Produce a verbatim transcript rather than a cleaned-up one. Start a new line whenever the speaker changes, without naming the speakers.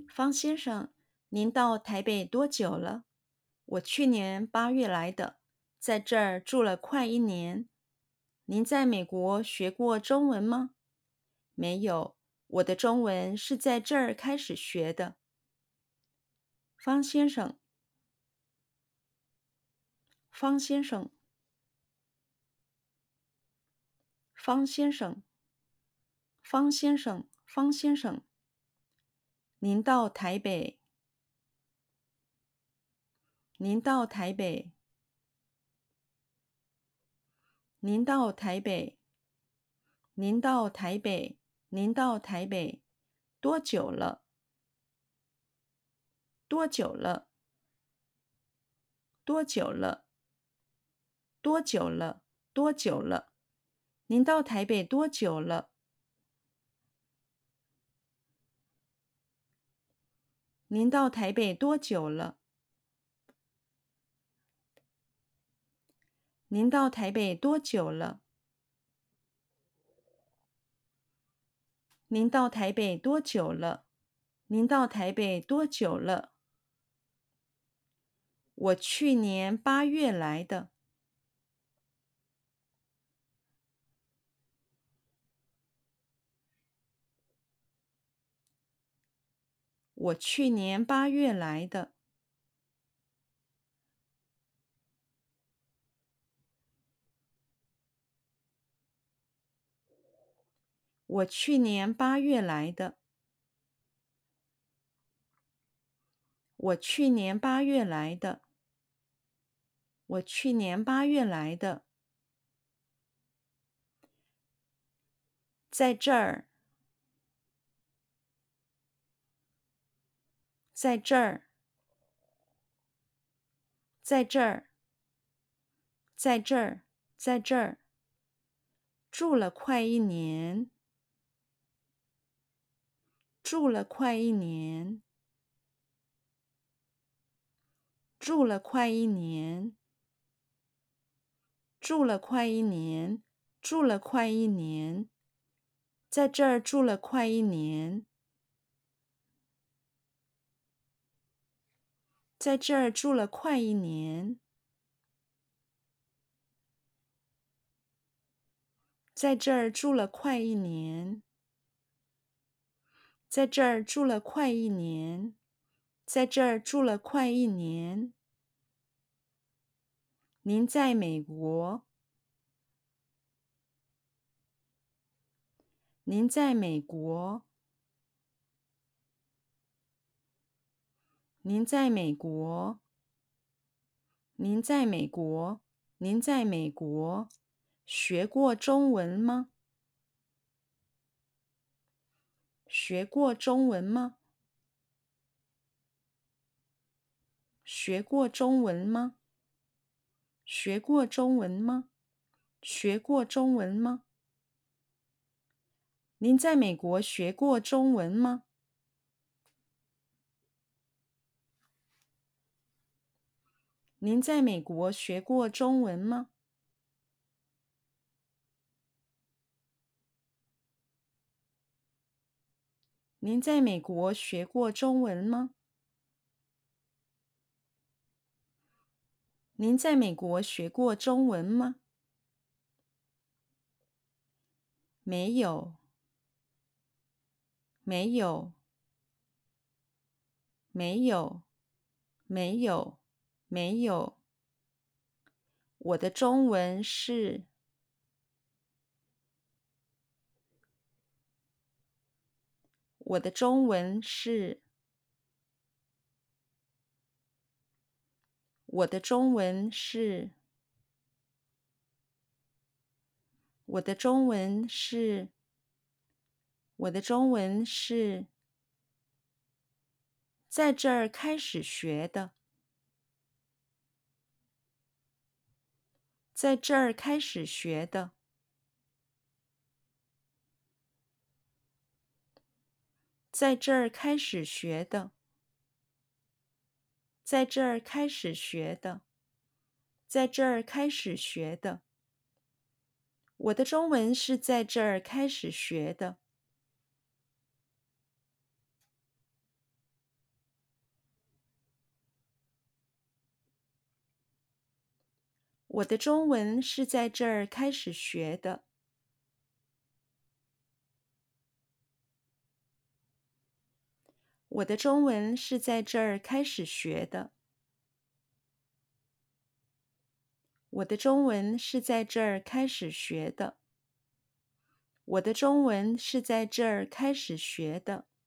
方先生，您到台北多久了？我去年八月来的，在这儿住了快一年。您在美国学过中文吗？没有，我的中文是在这儿开始学的。方先生，方先生，方先生，方先生，方先生，您到台北，您到台北，您到台北，您到台北，您到台北多久了？多久了？多久了？多久了？多久了？您到台北多久了？您到台北多久了？您到台北多久了？您到台北多久了？您到台北多久了？我去年八月来的。我去年八月来的。我去年八月来的。我去年八月来的。我去年八月来的。在这儿，在这儿，在这儿，在这儿，在这儿，住了快一年，住了快一年，住了快一年，住了快一年，住了快一年，在这儿住了快一年，在这儿住了快一年，在这儿住了快一年，在这儿住了快一年，在这儿住了快一年。您在美国？您在美国？您在美国？您在美国？您在美国学过中文吗？学过中文吗？学过中文吗？学过中文吗？学过中文吗？您在美国学过中文吗？您在美国学过中文吗？您在美国学过中文吗？您在美国学过中文吗？没有，没有，没有，没有，没有。我的中文是，我的中文是，我的中文是，我的中文是，我的中文是在这儿开始学的，在这儿开始学的，在这儿开始学的，在这儿开始学的，在这儿开始学的。我的中文是在这儿开始学的。 我的中文是在这儿开始学的。我的中文是在这儿开始学的。我的中文是在这儿开始学的。我的中文是在这儿开始学的。